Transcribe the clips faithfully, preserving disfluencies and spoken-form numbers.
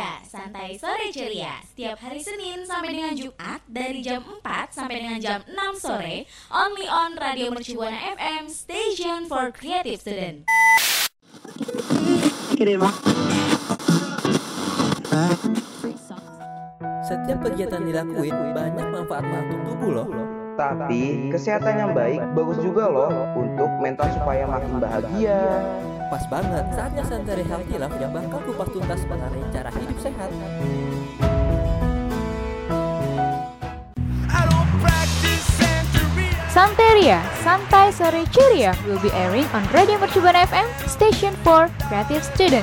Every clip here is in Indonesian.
Santeria, santai sore ceria. Setiap hari Senin sampai dengan Jumat dari jam empat sampai dengan jam enam sore, only on Radio Mercu Buana F M, Station for Creative Student. Setiap kegiatan dilakuin banyak manfaatnya untuk tubuh loh. Tapi kesehatan yang baik bagus juga loh untuk mental supaya makin bahagia. Pas banget, saatnya Santeria Healthy Love yang bakal kupas tuntas mengenai cara hidup sehat. Santeria, santai sore ceria will be airing on Radio Mercu Buana F M, Station for Creative Student.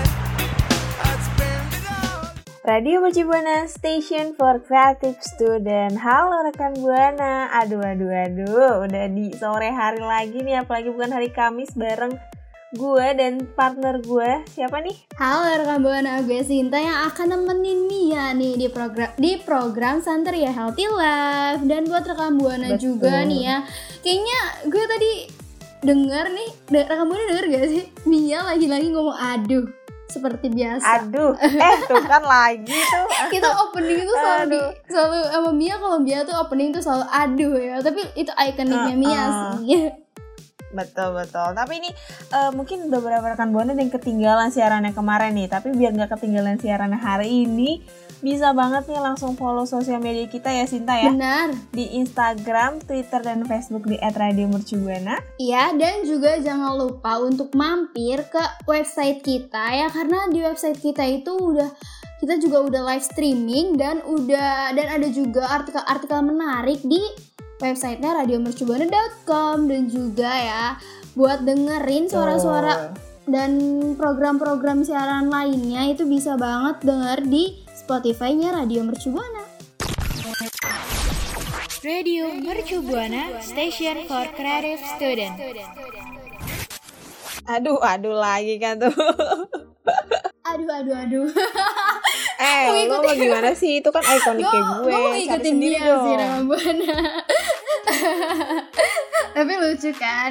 Radio Mercu Buana, Station for Creative Student. Halo rekan Buana. Aduh, aduh, aduh. Udah di sore hari lagi nih, apalagi bukan hari Kamis, bareng gue dan partner gue. Siapa nih? Halo rekan Buana, gue Sinta yang akan nemenin Mia nih di program di program Santeria Healthy Life. Dan buat rekan Buana Betul. juga nih ya. Kayaknya gue tadi denger nih, rekan Buana denger gak sih? Mia lagi-lagi ngomong aduh. Seperti biasa. Aduh, eh tuh kan lagi tuh. Kita opening itu selalu di, selalu sama Mia, kalau Mia tuh opening tuh selalu aduh ya. Tapi itu ikoniknya uh, Mia uh. sih. Betul betul. Tapi ini uh, mungkin beberapa rekan Buana yang ketinggalan siarannya kemarin nih. Tapi biar nggak ketinggalan siarannya hari ini, bisa banget nih langsung follow sosial media kita ya Sinta ya. Benar. Di Instagram, Twitter dan Facebook di et radio mercu buana. Iya, dan juga jangan lupa untuk mampir ke website kita ya, karena di website kita itu udah kita juga udah live streaming dan udah dan ada juga artikel-artikel menarik di websitenya radio mercu buana dot com, dan juga ya buat dengerin suara-suara dan program-program siaran lainnya itu bisa banget denger di Spotify-nya Radio Mercu Buana. Radio Mercu Buana, Station for Creative Student. Aduh, aduh lagi kan tuh. Aduh, aduh, aduh. Eh, lo mau gimana sih? Itu kan ikoniknya gue. Gue mau ikutin dia sih, Rama Buana. Tapi lucu kan?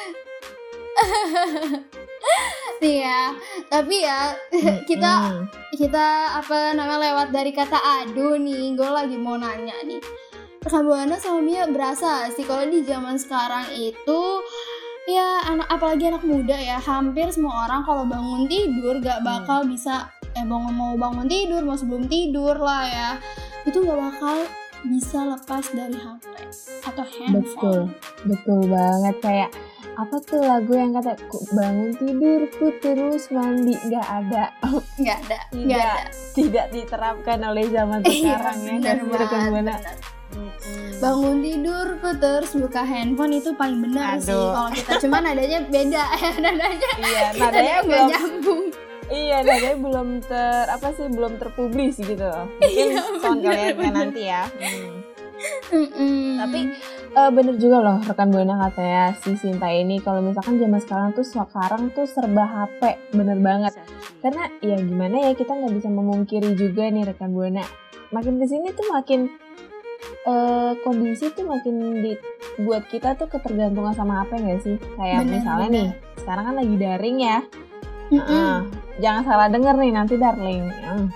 Nih ya, tapi ya kita hmm. kita apa namanya lewat dari kata aduh nih, gue lagi mau nanya nih, rekan Buana sama Mia berasa sih kalau di zaman sekarang itu ya anak apalagi anak muda ya, hampir semua orang kalau bangun tidur gak bakal hmm. bisa eh mau mau bangun tidur mau sebelum tidur lah ya, itu gak bakal bisa lepas dari H P atau handphone. Betul, betul banget. Kayak apa tuh lagu yang kata bangun tidurku terus mandi, nggak ada, nggak ada, tidak, nggak ada, tidak diterapkan oleh zaman sekarang ya. Benar banget. Bangun tidurku terus buka handphone, itu paling benar sih kalau kita, cuman nadanya beda ya, nadanya. Iya, nadanya nggak belum nyambung. Iya, nadanya belum ter apa sih belum terpublis gitu. Mungkin sound kalian kan nanti ya. Hmm. Tapi uh, bener juga loh rekan Buana katanya si Sinta ini, kalau misalkan zaman sekarang tuh sekarang tuh serba H P, bener banget. Karena ya gimana ya, kita nggak bisa memungkiri juga nih rekan Buana, makin kesini tuh makin uh, kondisi tuh makin dibuat kita tuh ketergantungan sama H P nggak sih? Kayak bener, misalnya bener. nih sekarang kan lagi daring ya. Uh, jangan salah denger nih nanti darling.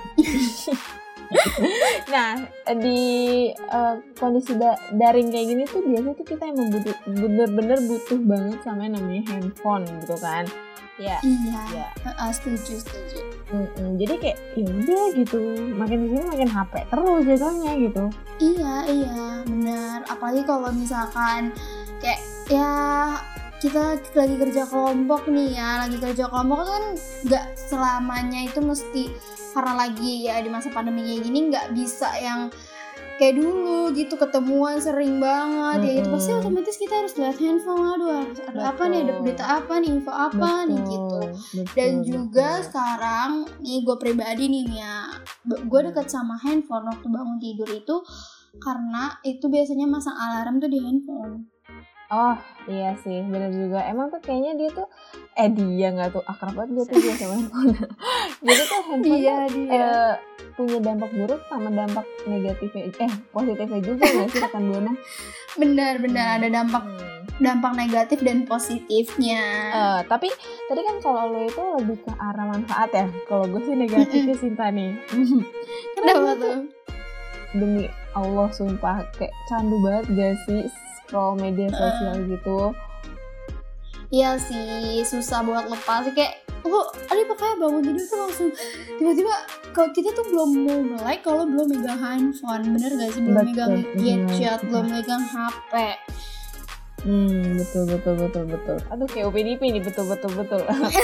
Nah, di uh, kondisi da- daring kayak gini tuh biasanya tuh kita emang butuh, bener-bener butuh banget sama yang namanya handphone gitu kan. Ya. Iya. Ya. Uh, setuju, setuju. Mm-mm. Jadi kayak ya udah gitu, makin kesini makin H P terus jadinya gitu. Iya, iya, benar. Apalagi kalau misalkan kayak ya kita lagi kerja kelompok nih ya, lagi kerja kelompok kan nggak selamanya itu mesti, karena lagi ya di masa pandemi kayak gini nggak bisa yang kayak dulu gitu ketemuan sering banget. Mm-hmm. Ya itu pasti otomatis kita harus lihat handphone, aduh harus ada apa nih, ada berita apa nih, info apa betul, nih gitu. Betul, dan juga betul. Sekarang nih gue pribadi nih ya, gue deket sama handphone waktu bangun tidur itu karena itu biasanya masang alarm tuh di handphone. Oh iya sih, benar juga. Emang tuh kayaknya dia tuh eh dia nggak tuh akrab banget dia tuh dia sama handphone. Jadi tuh handphone iya, tuh, dia. Eh, punya dampak buruk sama dampak negatifnya eh positifnya juga nggak sih rekan Buana? Benar-benar hmm. ada dampak dampak negatif dan positifnya. Uh, tapi tadi kan kalau lo itu lebih ke arah manfaat ya. Kalau gue sih negatifnya Sinta nih. Kenapa tuh? Demi Allah sumpah kayak candu banget gak sih scroll media sosial uh. gitu. Iya sih, susah buat lepas. Kayak oh, ada pakai bangun tidur tuh langsung tiba-tiba kalau kita tuh belum mau melek kalau belum megang handphone, bener gak sih? Belum betul, megang gadget, belum megang H P. Hmm, betul betul betul betul. Aduh kayak O P D P nih, betul betul betul.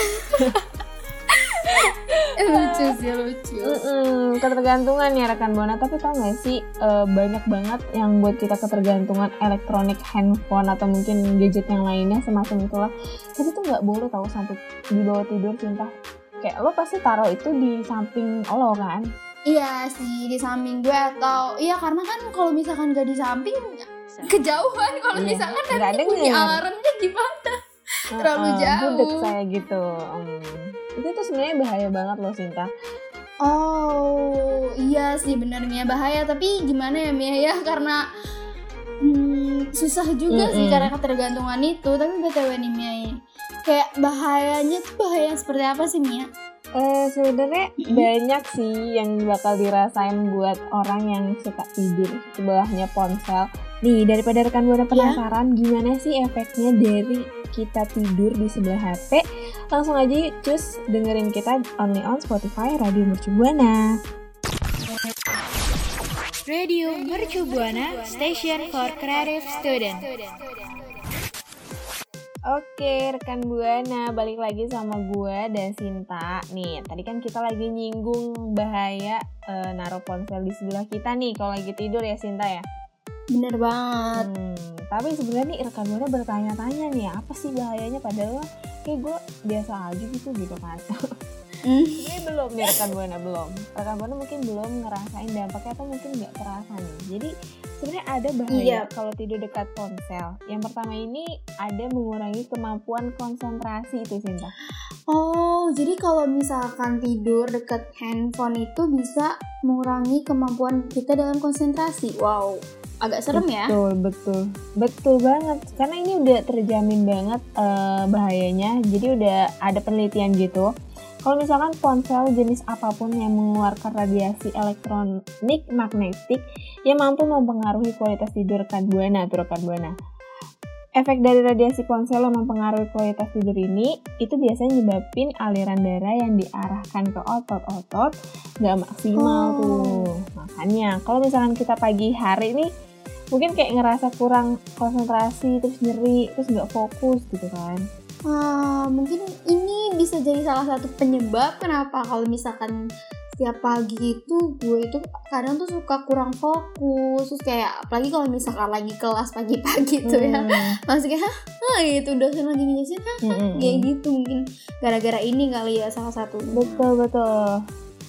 lucu sih lucu. Mm-mm, ketergantungan ya rekan Buana. Tapi tau gak sih uh, banyak banget yang buat kita ketergantungan elektronik, handphone atau mungkin gadget yang lainnya semacam itulah. Tapi tuh nggak boleh tahu sampai dibawa tidur Cinta. Kayak lo pasti taruh itu di samping lo kan? Iya sih di samping gue atau iya karena kan kalau misalkan gak di samping kejauhan kalau iya, misalkan nanti bunyi alarmnya gimana? Uh, Terlalu uh, jauh. Budek saya gitu. Um, itu tuh sebenarnya bahaya banget loh Sinta. Oh iya sih benar Mia bahaya, tapi gimana ya Mia ya karena hmm, susah juga mm-hmm. sih karena ketergantungan itu. Tapi B T W nih Mia ya, kayak bahayanya tuh bahaya seperti apa sih Mia? Eh sebenarnya mm-hmm. banyak sih yang bakal dirasain buat orang yang suka tidur sebelahnya ponsel. Nih daripada rekan Buana penasaran yeah. gimana sih efeknya dari kita tidur di sebelah H P, langsung aja yuk cus dengerin kita only on Spotify Radio Mercu Buana. Radio Mercu Buana, station for creative student. Oke rekan Buana, balik lagi sama gue dan Sinta. Nih tadi kan kita lagi nyinggung bahaya e, naruh ponsel di sebelah kita nih kalau lagi tidur ya Sinta ya. Bener banget. Hmm, tapi sebenarnya nih rekan Buana bertanya-tanya nih apa sih bahayanya, padahal kayak gue biasa aja gitu gitu kan. Mm. Ini belum nih rekan Buana belum. Rekan Buana mungkin belum ngerasain dampaknya atau mungkin nggak terasa nih. Jadi sebenarnya ada bahaya iya. kalau tidur dekat ponsel. Yang pertama ini ada mengurangi kemampuan konsentrasi itu Sinta. Oh, jadi kalau misalkan tidur dekat handphone itu bisa mengurangi kemampuan kita dalam konsentrasi. Wow. Agak serem betul, ya. Betul, betul. Betul banget. Karena ini udah terjamin banget uh, bahayanya. Jadi udah ada penelitian gitu. Kalau misalkan ponsel jenis apapun yang mengeluarkan radiasi elektronik magnetik yang mampu mempengaruhi kualitas tidur rekan Buana tuh rekan Buana. Efek dari radiasi ponsel yang mempengaruhi kualitas tidur ini itu biasanya nyebabin aliran darah yang diarahkan ke otot-otot gak maksimal oh. tuh. Makanya kalau misalkan kita pagi hari nih mungkin kayak ngerasa kurang konsentrasi, terus nyeri, terus gak fokus gitu kan. Ah, mungkin ini bisa jadi salah satu penyebab kenapa kalau misalkan setiap pagi itu gue itu kadang tuh suka kurang fokus, terus kayak apalagi kalau misalkan lagi kelas pagi-pagi tuh ya hmm. masih kayak hah gitu dosen lagi ngejelasin hah hmm. kayak gitu mungkin gara-gara ini kali ya salah satu. Betul betul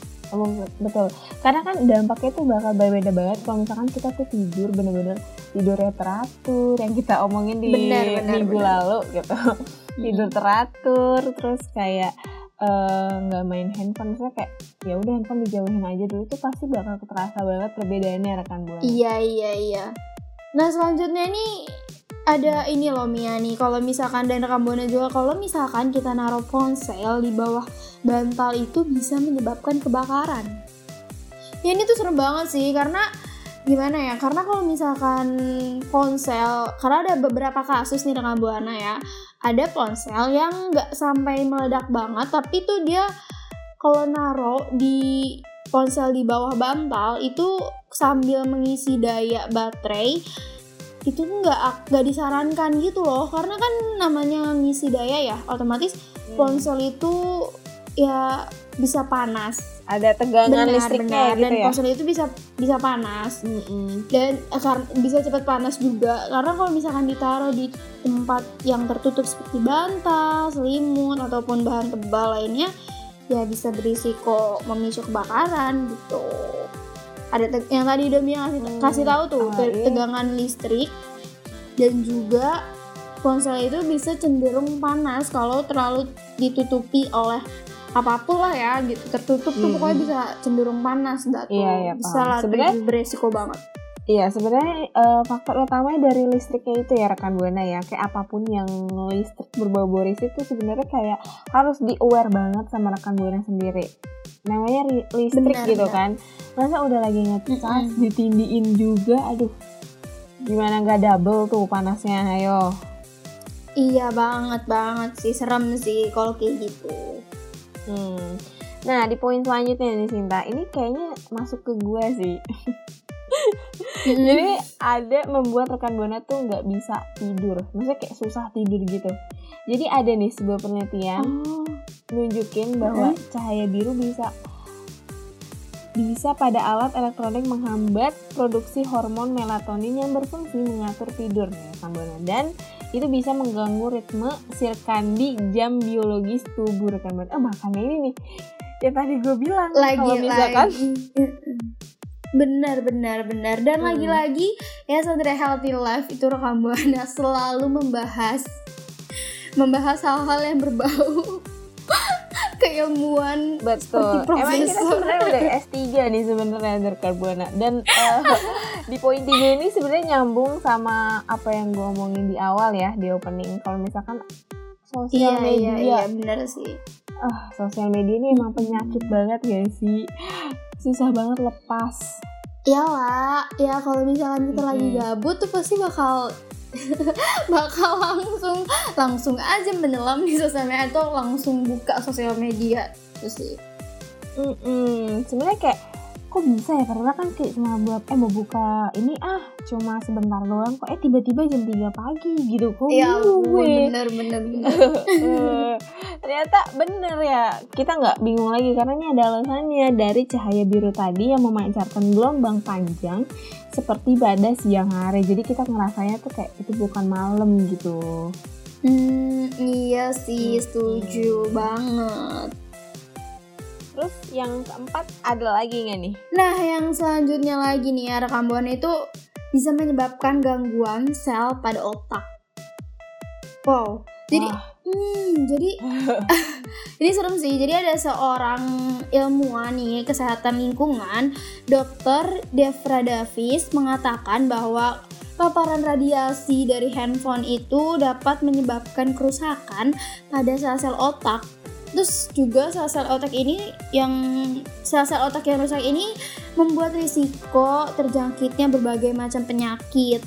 betul karena kan dampaknya tuh bakal berbeda banget kalau misalkan kita tuh tidur bener-bener tidurnya teratur yang kita omongin di bener, bener, minggu bener. lalu gitu hmm. tidur teratur terus kayak nggak uh, main handphone, misalnya kayak ya udah handphone dijauhin aja dulu, tuh pasti bakal terasa banget perbedaannya rekan Buana. Iya iya iya. Nah selanjutnya nih ada ini loh Mia nih, kalau misalkan dan rekan Buana juga kalau misalkan kita naruh ponsel di bawah bantal itu bisa menyebabkan kebakaran. Ya ini tuh serem banget sih karena gimana ya? Karena kalau misalkan ponsel, karena ada beberapa kasus nih rekan Buana ya. Ada ponsel yang nggak sampai meledak banget, tapi tuh dia kalau naro di ponsel di bawah bantal itu sambil mengisi daya baterai itu nggak nggak disarankan gitu loh, karena kan namanya ngisi daya ya, otomatis hmm. ponsel itu ya bisa panas. Ada tegangan benar, listriknya benar. gitu dan ya. Dan ponsel itu bisa bisa panas. Mm-hmm. Dan eh, bisa cepat panas juga. Karena kalau misalkan ditaruh di tempat yang tertutup seperti bantal, selimut ataupun bahan tebal lainnya, ya bisa berisiko memicu kebakaran gitu. Ada te- yang tadi udah Mia kasih, hmm. kasih tahu tuh, ah, iya. tegangan listrik dan juga ponsel itu bisa cenderung panas kalau terlalu ditutupi oleh apapun lah ya gitu, tertutup tuh hmm. pokoknya bisa cenderung panas dah tuh. Iya, iya, bisa lah beresiko banget. Iya, sebenarnya uh, faktor utamanya dari listriknya itu ya rekan Buana ya. Kayak apapun yang listrik berbau-bau listrik itu sebenarnya kayak harus di-aware banget sama rekan Buana sendiri. Namanya ri- listrik benar, gitu benar. Kan. Masa udah lagi ngecas mm-hmm. ditindiin juga, aduh. Gimana nggak double tuh panasnya, ayo. Iya banget banget sih, serem sih kalau kayak gitu. Hmm. Nah di poin selanjutnya nih Sinta, ini kayaknya masuk ke gue sih. Mm-hmm. Jadi ada membuat rekan Buana tuh nggak bisa tidur, maksudnya kayak susah tidur gitu. Jadi ada nih sebuah penelitian oh. nunjukin bahwa mm-hmm. cahaya biru bisa bisa pada alat elektronik menghambat produksi hormon melatonin yang berfungsi mengatur tidur nih rekan Buana, dan itu bisa mengganggu ritme sirkadi jam biologis tubuh rekan Buana. Ah, makanya ini nih yang tadi gue bilang lagi, kalau misalkan lagi. benar benar benar dan hmm. lagi-lagi ya Santri Healthy Life itu rekan Buana selalu membahas membahas hal-hal yang berbau keilmuan. Betul. Emang kita sebenarnya udah S tiga nih sebenarnya rekan Buana, dan uh, di poin tiga ini sebenarnya nyambung sama apa yang gue omongin di awal ya di opening. Kalau misalkan sosial iya, media, iya, iya, benar sih. Ah, uh, sosial media ini emang penyakit banget gak sih? Susah banget lepas. Iyalah, ya kalau misalkan kita hmm. lagi gabut tuh pasti bakal bakal langsung langsung aja menyelam di sosial media atau langsung buka sosial media itu sih. Mm-mm. Sebenarnya kayak kok bisa ya, karena kan kayak cuma buat eh mau buka ini ah cuma sebentar doang kok eh tiba-tiba jam tiga pagi gitu kok. Ya bener bener bener. Ternyata bener ya, kita nggak bingung lagi karena ini ada alasannya. Dari cahaya biru tadi yang memancarkan gelombang panjang seperti pada siang hari, jadi kita ngerasanya tuh kayak itu bukan malam gitu. Hmm iya sih, setuju hmm. banget. Terus yang keempat ada lagi nggak nih? Nah yang selanjutnya lagi nih ya rekan Buana, itu bisa menyebabkan gangguan sel pada otak. Wow, jadi hmm, jadi ini serem sih. Jadi ada seorang ilmuwan nih kesehatan lingkungan, dokter Devra Davis, mengatakan bahwa paparan radiasi dari handphone itu dapat menyebabkan kerusakan pada sel-sel otak. Terus juga sel-sel otak ini yang sel-sel otak yang rusak ini membuat risiko terjangkitnya berbagai macam penyakit.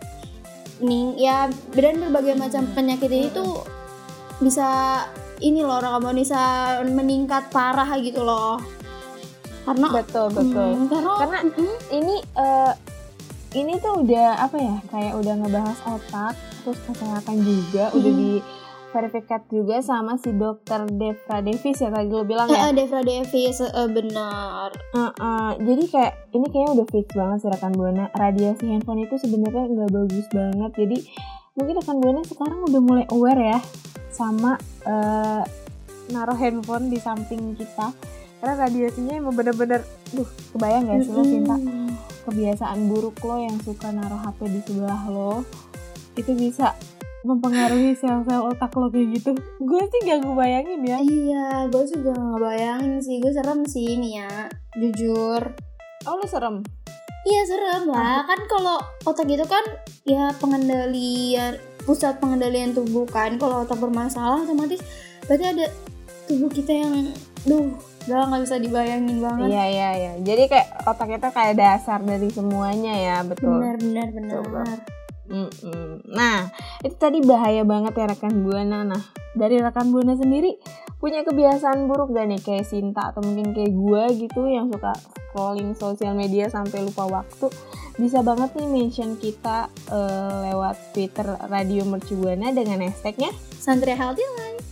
Nih ya, dan berbagai macam penyakit ini tuh bisa ini loh, kamu bisa meningkat parah gitu loh. Karena betul betul. Hmm, karena karena hmm, ini uh, ini tuh udah apa ya, kayak udah ngebahas otak terus kesehatan juga, hmm. udah di verifikat juga sama si dokter Devra Davis ya tadi lo bilang ya. Uh, Devra Davis uh, benar. Uh, uh, jadi kayak ini kayaknya udah fix banget sih rekan Buana, radiasi handphone itu sebenarnya nggak bagus banget. Jadi mungkin rekan Buana sekarang udah mulai aware ya sama uh, naruh handphone di samping kita, karena radiasinya emang bener-bener, duh kebayang gak sih lo Sinta, kebiasaan buruk lo yang suka naruh H P di sebelah lo itu bisa mempengaruhi sel-sel otak lo kayak gitu. Gue sih gak ngebayangin ya. Iya, gue juga gak ngebayangin sih. Gue serem sih ini ya, jujur. Oh lo serem? Iya serem lah. Kan kalau otak itu kan ya pengendalian, pusat pengendalian tubuh kan. Kalau otak bermasalah otomatis berarti ada tubuh kita yang duh gak, gak bisa dibayangin banget. Iya iya iya. Jadi kayak otak kita kayak dasar dari semuanya ya, betul. Benar benar benar. Mm-mm. Nah itu tadi bahaya banget ya rekan Buana. Nah dari rekan Buana sendiri punya kebiasaan buruk gak nih kayak Sinta atau mungkin kayak gue gitu yang suka scrolling sosial media sampai lupa waktu? Bisa banget nih mention kita uh, lewat Twitter Radio Mercu Buana dengan hashtagnya Santri Healthy Life.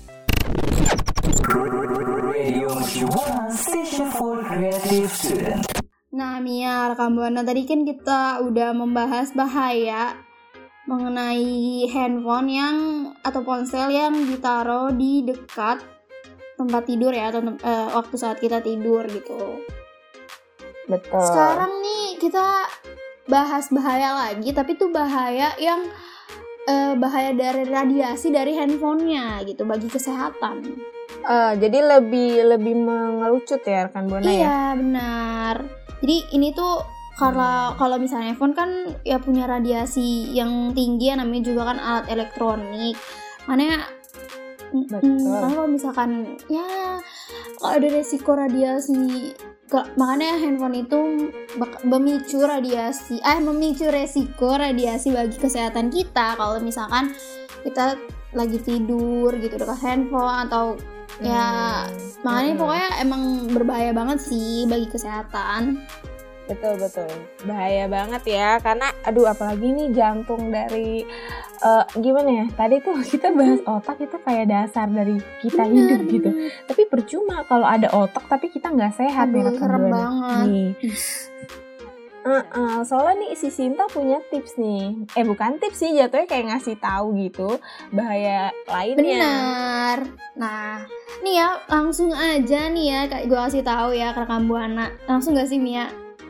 Nah Mia, rekan Buana, tadi kan kita udah membahas bahaya mengenai handphone yang atau ponsel yang ditaruh di dekat tempat tidur ya, atau uh, waktu saat kita tidur gitu. Betul. Sekarang nih kita bahas bahaya lagi, tapi tuh bahaya yang uh, bahaya dari radiasi dari handphonenya gitu bagi kesehatan. Uh, jadi lebih lebih mengerucut ya rekan Buana iya, ya. Iya benar. Jadi ini tuh Kalau kalau misalnya handphone kan ya punya radiasi yang tinggi ya, namanya juga kan alat elektronik. Makanya mm, kalau misalkan ya kalau ada resiko radiasi, ke, makanya handphone itu bak- memicu radiasi, eh memicu resiko radiasi bagi kesehatan kita. Kalau misalkan kita lagi tidur gitu dekat handphone atau ya hmm. makanya hmm. pokoknya emang berbahaya banget sih bagi kesehatan. Betul betul bahaya banget ya, karena aduh apalagi nih jantung dari uh, gimana ya, tadi tuh kita bahas otak itu kayak dasar dari kita bener, hidup gitu, tapi percuma kalau ada otak tapi kita nggak sehat. Aduh, serem banget nih. Uh, uh, soalnya nih si Sinta punya tips nih, eh bukan tips sih, jatuhnya kayak ngasih tahu gitu bahaya lainnya. Benar. Nah, nih ya langsung aja nih ya kayak gue kasih tahu ya ke rekan Buana. Langsung gak sih Mia?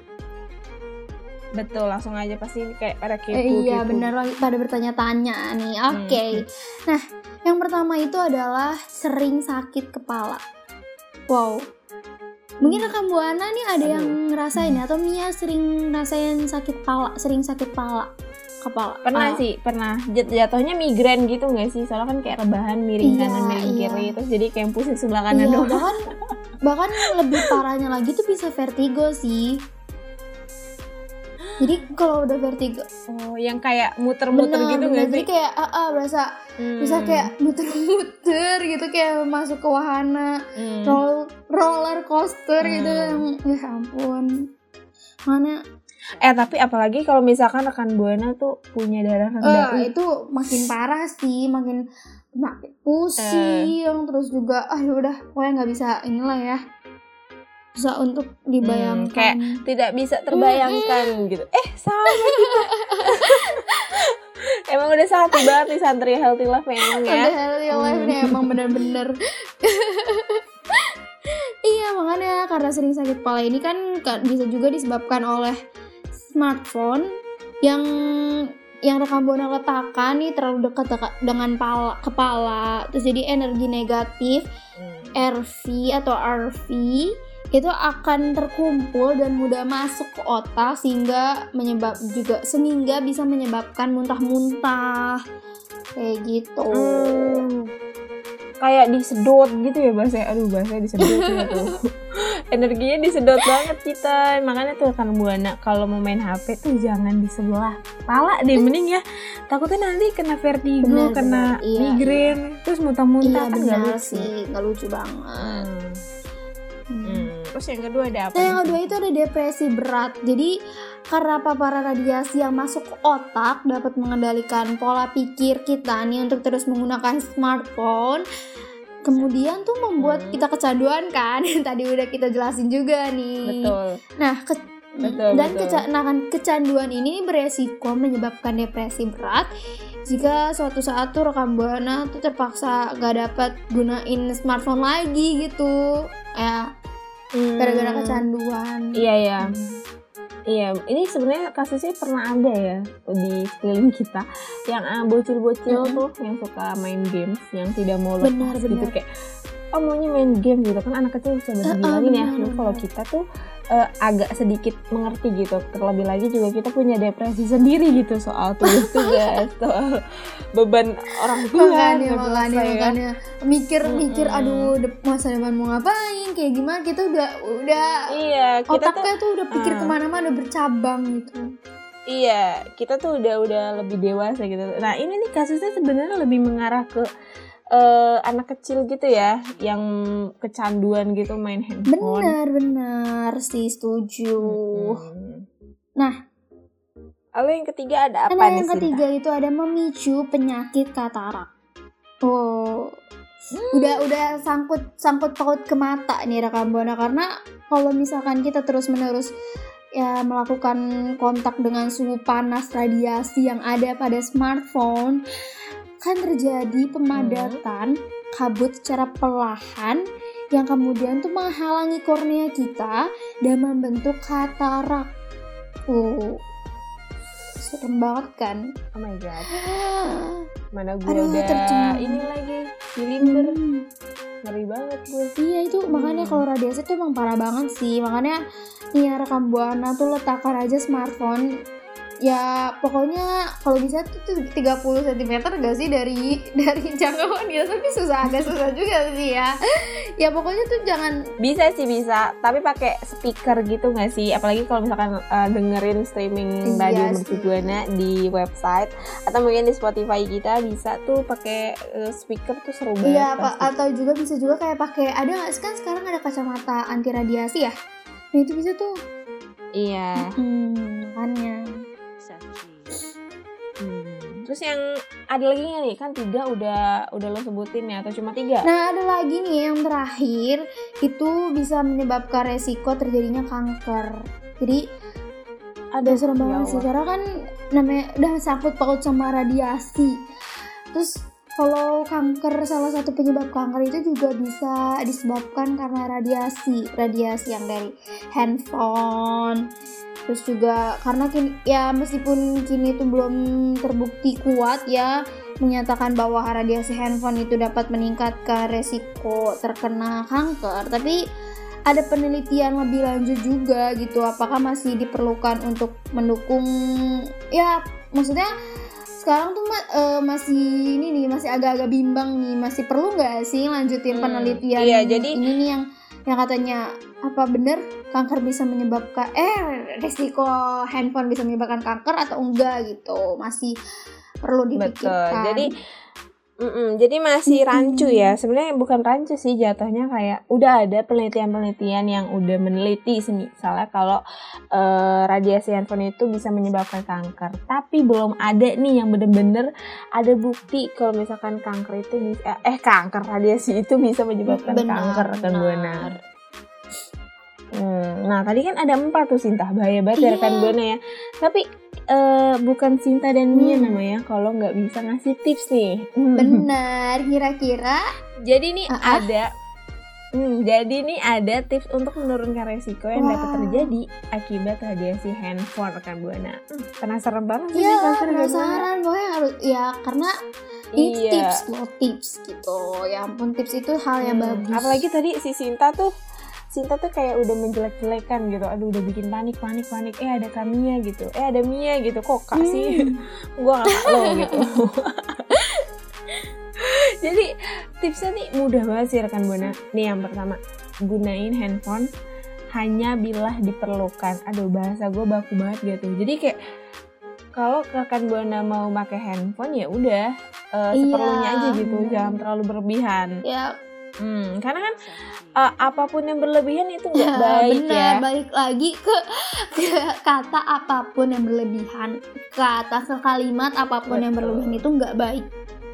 Betul, langsung aja pasti kayak pada kepo. Eh, iya benar, pada bertanya-tanya nih. Oke. Okay. Hmm. Nah, yang pertama itu adalah sering sakit kepala. Wow. Mungkin rekan Buana nih ada Aduh. yang ngerasain ya, atau Mia sering ngerasain sakit kepala, sering sakit kepala. Kepala. Pernah ah. sih, pernah. Jatuhnya migrain gitu nggak sih? Soalnya kan kayak rebahan miring iya, kanan miring iya. kiri, terus jadi kayak pusing sebelah kanan iya, doang. Bahkan bahkan lebih parahnya lagi tuh bisa vertigo sih. Jadi kalau udah vertigo, oh yang kayak muter-muter bener, gitu nggak sih? Jadi kayak ah, ah berasa hmm. bisa kayak muter-muter gitu, kayak masuk ke wahana hmm. roll, roller coaster hmm. gitu. Ya ampun, mana? Eh tapi apalagi kalau misalkan rekan Buana tuh punya darah rendah, uh, itu makin parah sih, makin makin pusing, uh. terus juga ah ya udah, pokoknya nggak bisa inilah ya. Susah untuk dibayangkan, hmm, kayak tidak bisa terbayangkan hmm. gitu. Eh sama kita. Emang udah satu banget nih santri Healthy Life memang ya. Udah Healthy Life nih emang bener-bener. Iya makanya karena sering sakit kepala ini kan bisa juga disebabkan oleh smartphone yang yang rekan Buana letakkan nih terlalu dekat dengan pala, kepala, terus jadi energi negatif hmm. R V atau R V itu akan terkumpul dan mudah masuk ke otak sehingga menyebab juga sehingga bisa menyebabkan muntah-muntah kayak gitu. Hmm. Kayak disedot gitu ya bahasanya. Aduh bahasanya disedot gitu. Energinya disedot banget kita. Makanya tuh rekan Buana kalau mau main H P tuh jangan di sebelah kepala deh, mending ya. Takutnya nanti kena vertigo, bener, kena bener, iya, migrain, iya. terus muntah-muntah iya, kan enggak lucu sih, enggak lucu banget. Hmm. Hmm. Terus yang kedua ada apa? Nah, yang kedua itu ada depresi berat. Jadi karena paparan radiasi yang masuk ke otak dapat mengendalikan pola pikir kita nih untuk terus menggunakan smartphone. Kemudian tuh membuat hmm. kita kecanduan kan. Tadi udah kita jelasin juga nih. Betul. Nah, ke- betul, dan betul. Keca- nah, kecanduan ini beresiko menyebabkan depresi berat. Jika suatu saat tuh rekan Buana tuh terpaksa gak dapat gunain smartphone lagi gitu. Ya. Hmm. Gara-gara kecanduan. Iya ya, hmm. iya. Ini sebenarnya kasusnya pernah ada ya di sekeliling kita, yang uh, bocil-bocil hmm. tuh yang suka main games, yang tidak mau lepas gitu kayak, oh maunya main game gitu kan, anak kecil bisa berbilangin uh, uh, ya. Nah, kalau kita tuh uh, agak sedikit mengerti gitu. Terlebih lagi juga kita punya depresi sendiri gitu soal tugas-tugas, soal beban orang tua. Makanya, makanya, makanya. Mikir-mikir, mm-hmm. aduh masa depan mau ngapain, kayak gimana, kita udah, udah iya, kita otaknya tuh, tuh udah pikir uh, kemana-mana, udah bercabang gitu. Iya, kita tuh udah udah lebih dewasa gitu. Nah ini nih kasusnya sebenarnya lebih mengarah ke Uh, anak kecil gitu ya, yang kecanduan gitu main handphone. Benar-benar sih setuju. Hmm. Nah, lalu yang ketiga ada apa nah, nih? Yang ketiga Sinta? Itu ada memicu penyakit katarak. Oh, hmm. udah udah sangkut sangkut paut ke mata nih rekan Buana, karena kalau misalkan kita terus-menerus ya melakukan kontak dengan suhu panas radiasi yang ada pada smartphone, kan terjadi pemadatan hmm. kabut secara perlahan yang kemudian tuh menghalangi kornea kita dan membentuk katarak. Oh, serem banget kan? Oh my god. Mana gue Aduh, udah tercuma. Ini lagi silinder. Hmm. ngeri banget gue. Iya itu hmm. makanya kalau radiasi tuh emang parah banget sih. Makanya nih ya rekam Buana tuh letakkan aja smartphone. Ya pokoknya kalau bisa tuh tiga puluh sentimeter gak sih dari dari jangkauan dia, tapi susah agak susah juga sih ya. Ya pokoknya tuh jangan, bisa sih bisa, tapi pakai speaker gitu nggak sih? Apalagi kalau misalkan uh, dengerin streaming radio iya Mercu Buana di website atau mungkin di Spotify kita bisa tuh pakai uh, speaker tuh seru banget. Iya apa, atau juga bisa juga kayak pakai, ada nggak sih kan sekarang ada kacamata anti radiasi ya? Nah itu bisa tuh. Iya. Hmm, makanya. Hmm. Terus yang ada lagi nggak nih, kan tiga udah udah lo sebutin ya, atau cuma tiga? Nah ada lagi nih yang terakhir, itu bisa menyebabkan resiko terjadinya kanker. Jadi ada serem banget sih, karena kan namanya udah sangkut paut sama radiasi. Terus kalau kanker, salah satu penyebab kanker itu juga bisa disebabkan karena radiasi, radiasi yang dari handphone. Terus juga karena kini, ya meskipun kini itu belum terbukti kuat ya menyatakan bahwa radiasi handphone itu dapat meningkatkan resiko terkena kanker, tapi ada penelitian lebih lanjut juga gitu, apakah masih diperlukan untuk mendukung, ya maksudnya sekarang tuh uh, masih ini nih, masih agak-agak bimbang nih, masih perlu nggak sih lanjutin hmm, penelitian iya, jadi ini nih yang yang katanya apa bener kanker bisa menyebabkan eh resiko handphone bisa menyebabkan kanker atau enggak gitu, masih perlu dipikirkan. Betul. Jadi jadi masih rancu ya. Sebenarnya bukan rancu sih jatuhnya, kayak udah ada penelitian-penelitian yang udah meneliti misalnya kalau uh, radiasi handphone itu bisa menyebabkan kanker. Tapi belum ada nih yang bener-bener ada bukti kalau misalkan kanker itu bisa eh kanker radiasi itu bisa menyebabkan benar, kanker kan Buana. Hmm, nah tadi kan ada empat tuh Sinta, bahaya banget ya kan Buana ya. Tapi uh, bukan Sinta dan Mia hmm. namanya kalau nggak bisa ngasih tips nih. Hmm. Benar, kira-kira. Jadi nih uh-uh. ada, hmm, jadi nih ada tips untuk menurunkan resiko yang wow. dapat terjadi akibat radiasi handphone rekan Buana. Hmm, penasaran banget sih? Iya penasaran, pokoknya harus ya karena ini iya. tips loh, tips gitu. Ya ampun, tips itu hal yang hmm. bagus. Apalagi tadi si Sinta tuh. Sinta tuh kayak udah menjelek-jelekan gitu, aduh udah bikin panik, panik, panik, eh ada Kamia gitu, eh ada Mia gitu, kok kak sih, hmm. gue gak lo gitu. Jadi tipsnya nih mudah banget sih rekan Buana. Nih yang pertama, gunain handphone hanya bila diperlukan. Aduh bahasa gue baku banget gitu. Jadi kayak kalau rekan Buana mau pakai handphone ya udah uh, seperlunya iya. aja gitu, jangan terlalu berlebihan. Ya. Hmm, karena kan uh, apapun yang berlebihan itu nggak baik. Bener, ya. Balik lagi ke, ke kata apapun yang berlebihan, kata sekalimat apapun betul. Yang berlebihan itu nggak baik.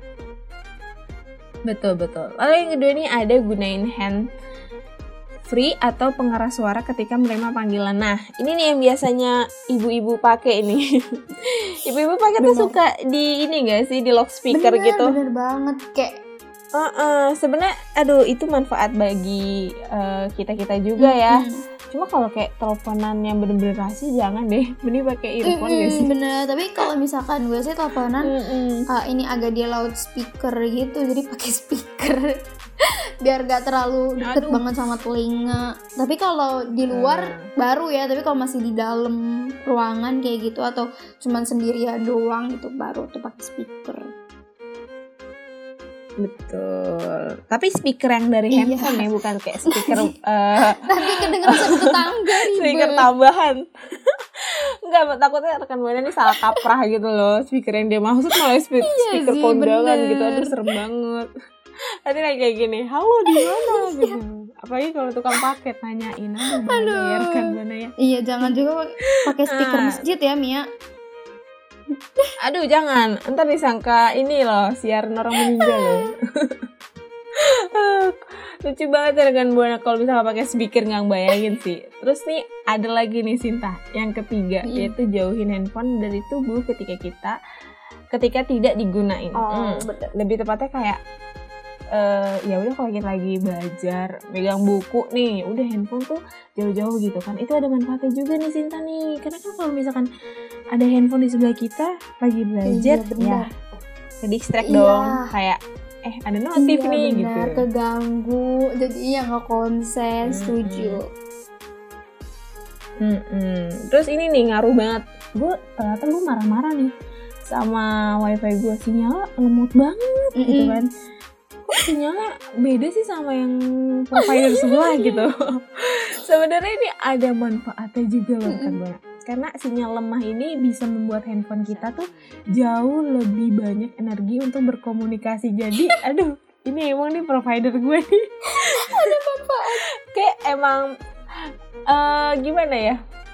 Betul betul. Lalu yang kedua nih ada gunain hand free atau pengeras suara ketika menerima panggilan. Nah ini nih yang biasanya ibu-ibu pakai ini. Ibu-ibu pakai tuh suka di ini nggak sih, di loudspeaker bener, gitu. Bener banget kayak. Uh, uh, sebenarnya aduh itu manfaat bagi uh, kita-kita juga ya. Mm-hmm. Cuma kalau kayak teleponan yang bener-bener rahasia jangan deh, mending pakai earphone mm-hmm, gak sih? Bener, tapi kalau misalkan gue sih teleponan mm-hmm. uh, ini agak di loudspeaker gitu, jadi pakai speaker biar gak terlalu deket aduh. Banget sama telinga. Tapi kalau di luar hmm. baru ya, tapi kalau masih di dalam ruangan kayak gitu atau cuman sendirian doang itu baru tuh pakai speaker. Betul. Tapi speaker yang dari iya. handphone ya, bukan kayak speaker uh, nanti kedengeran sama tetangga ribet. Speaker tambahan. Enggak, takutnya rekan Buana ini salah kaprah gitu loh. Speaker yang dia maksud malah speaker, iya speaker sih, kondangan bener. Gitu. Aduh serem banget. Nanti lagi kayak gini, halo di mana gitu. Apalagi kalau tukang paket nanyain, aduh mana ya rekan Buana ya. Iya, jangan juga pakai speaker masjid ya Mia. Aduh jangan, ntar disangka ini loh siaran orang meninggal loh. Lucu banget ya rekan Buana kalau bisa pakai speaker, nggak bayangin sih. Terus nih ada lagi nih Sinta, yang ketiga hmm. yaitu jauhin handphone dari tubuh ketika kita ketika tidak digunain. Oh, hmm. Lebih tepatnya kayak Uh, ya udah kalau kita lagi belajar megang buku nih, udah handphone tuh jauh-jauh gitu kan, itu ada manfaatnya juga nih Sinta nih, karena kan kalau misalkan ada handphone di sebelah kita lagi belajar iya, ya ke distract iya. dong, kayak eh ada notif iya, nih benar, gitu. keganggu jadinya nggak konsen. hmm. Setuju. Mm-mm. Terus ini nih ngaruh banget, gue ternyata gue marah-marah nih sama wifi gue, sinyal lemot banget. Mm-mm. Gitu kan, kok sinyalnya beda sih sama yang provider sebelah gitu. Sebenarnya ini ada manfaatnya juga loh kan banyak, karena sinyal lemah ini bisa membuat handphone kita tuh jauh lebih banyak energi untuk berkomunikasi. Jadi aduh, ini emang nih provider gue nih ada manfaat, kayak emang Uh, gimana ya,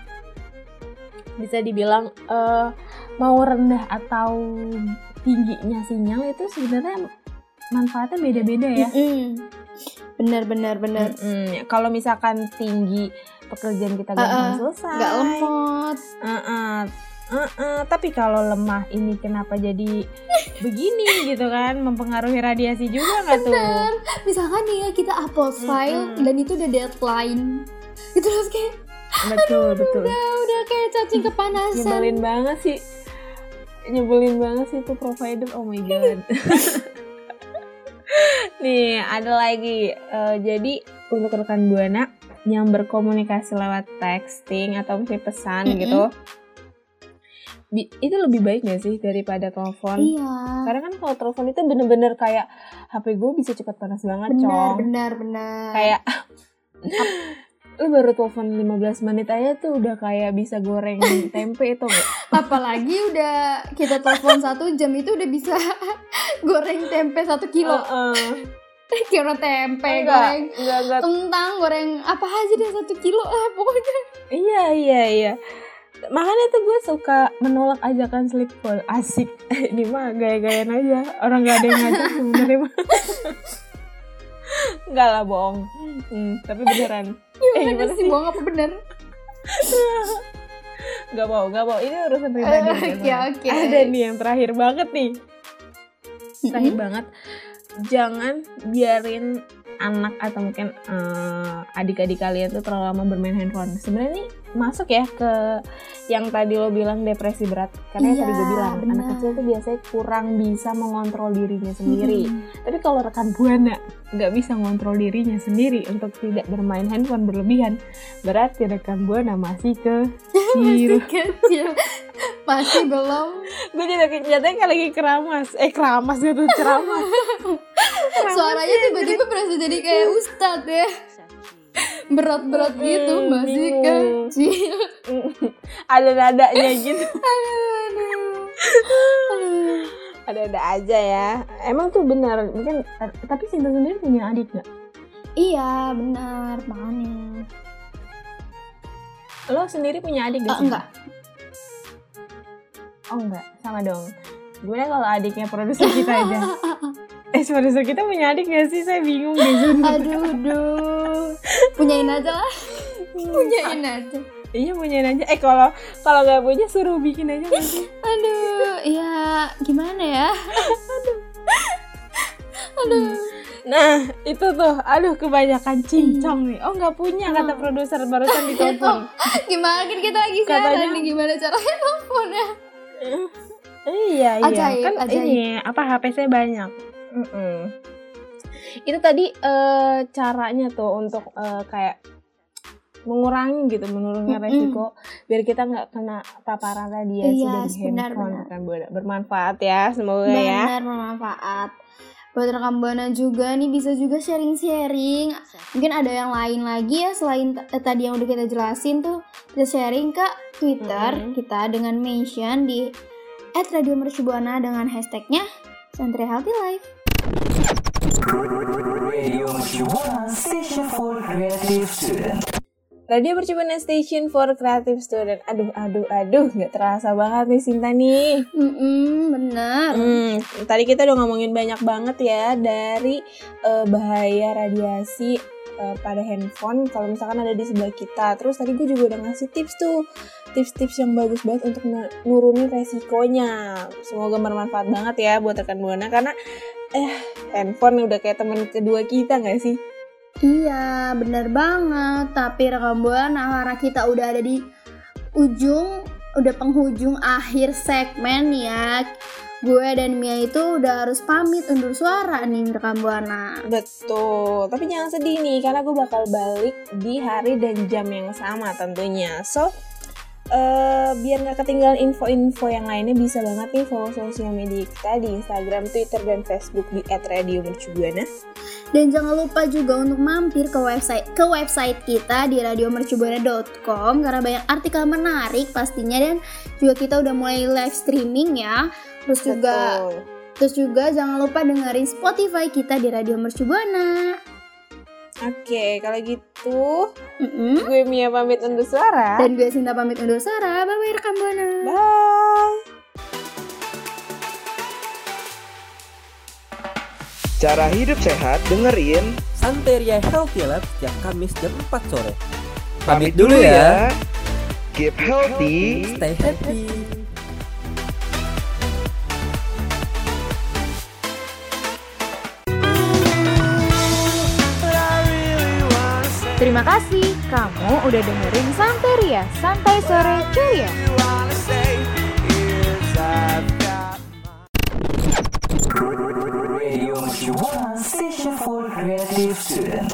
bisa dibilang uh, mau rendah atau tingginya sinyal itu sebenarnya manfaatnya beda-beda ya. Benar benar benar. Kalau misalkan tinggi, pekerjaan kita gampang uh-uh, selesai, nggak lemot. Uh-uh. Uh-uh. Tapi kalau lemah ini kenapa jadi begini gitu kan, mempengaruhi radiasi juga nggak tuh? Misalkan nih ya kita upload file mm-hmm. dan itu udah deadline. Itu terus kayak betul aduh, betul udah udah kayak cacing kepanasan. Nyebelin banget sih, nyebelin banget sih tuh provider. Oh my god. Nih ada lagi, uh, jadi untuk rekan Buana yang berkomunikasi lewat texting atau misalnya pesan mm-hmm. gitu, bi- itu lebih baik gak sih daripada telepon? Iya. Karena kan kalau telepon itu bener-bener kayak H P gue bisa cepat panas banget, benar, cong. Benar benar. Kayak lu baru telepon lima belas menit aja tuh udah kayak bisa goreng tempe itu gak? Apalagi udah kita telepon satu jam itu udah bisa goreng tempe satu kilo. Uh-uh. Kira tempe, enggak, goreng enggak, enggak. kentang, goreng apa aja deh satu kilo lah pokoknya. Iya iya iya. Makanya tuh gue suka menolak ajakan sleep call. Asik. Ini mah gaya-gayaan aja. Orang gak ada yang ngajak sebenarnya mah. Enggak lah, bohong. Hmm, tapi beneran. Gimana, eh, gimana sih? Bohong apa bener? Gak mau, gak mau. Ini urusan pribadi. Oke, uh, oke. Okay. Ada nih yang terakhir banget nih. Terakhir mm-hmm. banget. Jangan biarin anak atau mungkin uh, adik-adik kalian tuh terlalu lama bermain handphone. Sebenarnya ini masuk ya ke yang tadi lo bilang depresi berat. Karena iya, yang tadi gue bilang bener. Anak kecil tuh biasanya kurang bisa mengontrol dirinya sendiri. Hmm. Tapi kalau rekan Buana nggak bisa mengontrol dirinya sendiri untuk tidak bermain handphone berlebihan, berarti rekan Buana masih kecil. Masih kecil. Masih belum. Gue jadi jatuhnya kayak lagi keramas. Eh keramas gitu, ceramah. Suaranya tiba-tiba berasa jadi kayak ustadz ya. Berat-berat gitu, mm, masih kecil. Ada nadanya gitu. Aduh, aduh. Ada-ada aja ya. Emang tuh benar. Mungkin tapi Sinta sendiri punya adik nggak? Iya benar, makanya. Lo sendiri punya adik nggak? Oh, enggak. Oh enggak, sama dong. Gimana kalau adiknya produser kita aja? Eh, produser kita punya adik gak sih? Saya bingung deh. Aduh, aduh. Punyain aja lah. Punyain aja. Iya, punyain aja. Eh, kalau kalau nggak punya suruh bikin aja gak sih? Aduh, ya gimana ya? Aduh. Aduh. Nah, itu tuh. Aduh, kebanyakan cincong nih. Oh, nggak punya kata produser barusan di telepon. Gimana kan kita lagi siaran nih, gimana caranya teleponnya? Iya, iya. Ajaib, kan ajaib. Ini apa H P saya banyak. Mm-mm. Itu tadi uh, caranya tuh untuk uh, kayak mengurangi gitu, menurunkan mm-hmm. resiko biar kita nggak kena paparan radiasi yes, dari handphone. Benar. Kan bermanfaat ya, semoga benar, ya. Benar, bermanfaat. Buat rekan Buana juga nih bisa juga sharing-sharing. Mungkin ada yang lain lagi ya selain t- tadi yang udah kita jelasin tuh, bisa sharing ke Twitter mm-hmm. kita dengan mention di et radio mercubuana dengan hashtagnya Santai Healthy Life. Radio Mercubuana Station for Creative Student. Radio Mercubuana Station for Creative Student. Aduh, aduh, aduh, nggak terasa banget nih Sinta nih. Mm-mm, benar. Hmm, tadi kita udah ngomongin banyak banget ya dari uh, bahaya radiasi uh, pada handphone kalau misalkan ada di sebelah kita. Terus tadi gue juga udah ngasih tips tuh, tips-tips yang bagus banget untuk nurunin resikonya. Semoga bermanfaat banget ya buat rekan Buana karena eh handphone udah kayak teman kedua kita nggak sih? Iya, benar banget. Tapi rekan Buana, karena kita udah ada di ujung, udah penghujung akhir segmen ya. gue dan Mia itu udah harus pamit undur suara nih rekam Buana. Betul, tapi jangan sedih nih karena gue bakal balik di hari dan jam yang sama tentunya. So, uh, biar gak ketinggalan info-info yang lainnya, bisa banget nih follow sosial media kita di Instagram, Twitter, dan Facebook di et radio mercubuana. Dan jangan lupa juga untuk mampir ke website ke website kita di radio mercubuana dot com karena banyak artikel menarik pastinya, dan juga kita udah mulai live streaming ya. Terus juga Betul. Terus juga jangan lupa dengerin Spotify kita di Radio Mercubuana. Oke, kalau gitu Mm-mm. gue Mia pamit undur suara. Dan gue Sinta pamit undur suara. Bye-bye rekam Buana. Bye. Cara hidup sehat dengerin Santeria Healthy Lab setiap Kamis jam empat sore. Pamit dulu ya. Keep healthy, Stay happy. Terima kasih kamu udah dengerin Santeria, Santai Sore Ceria. Radio Mercubuana, Station for Creative Students.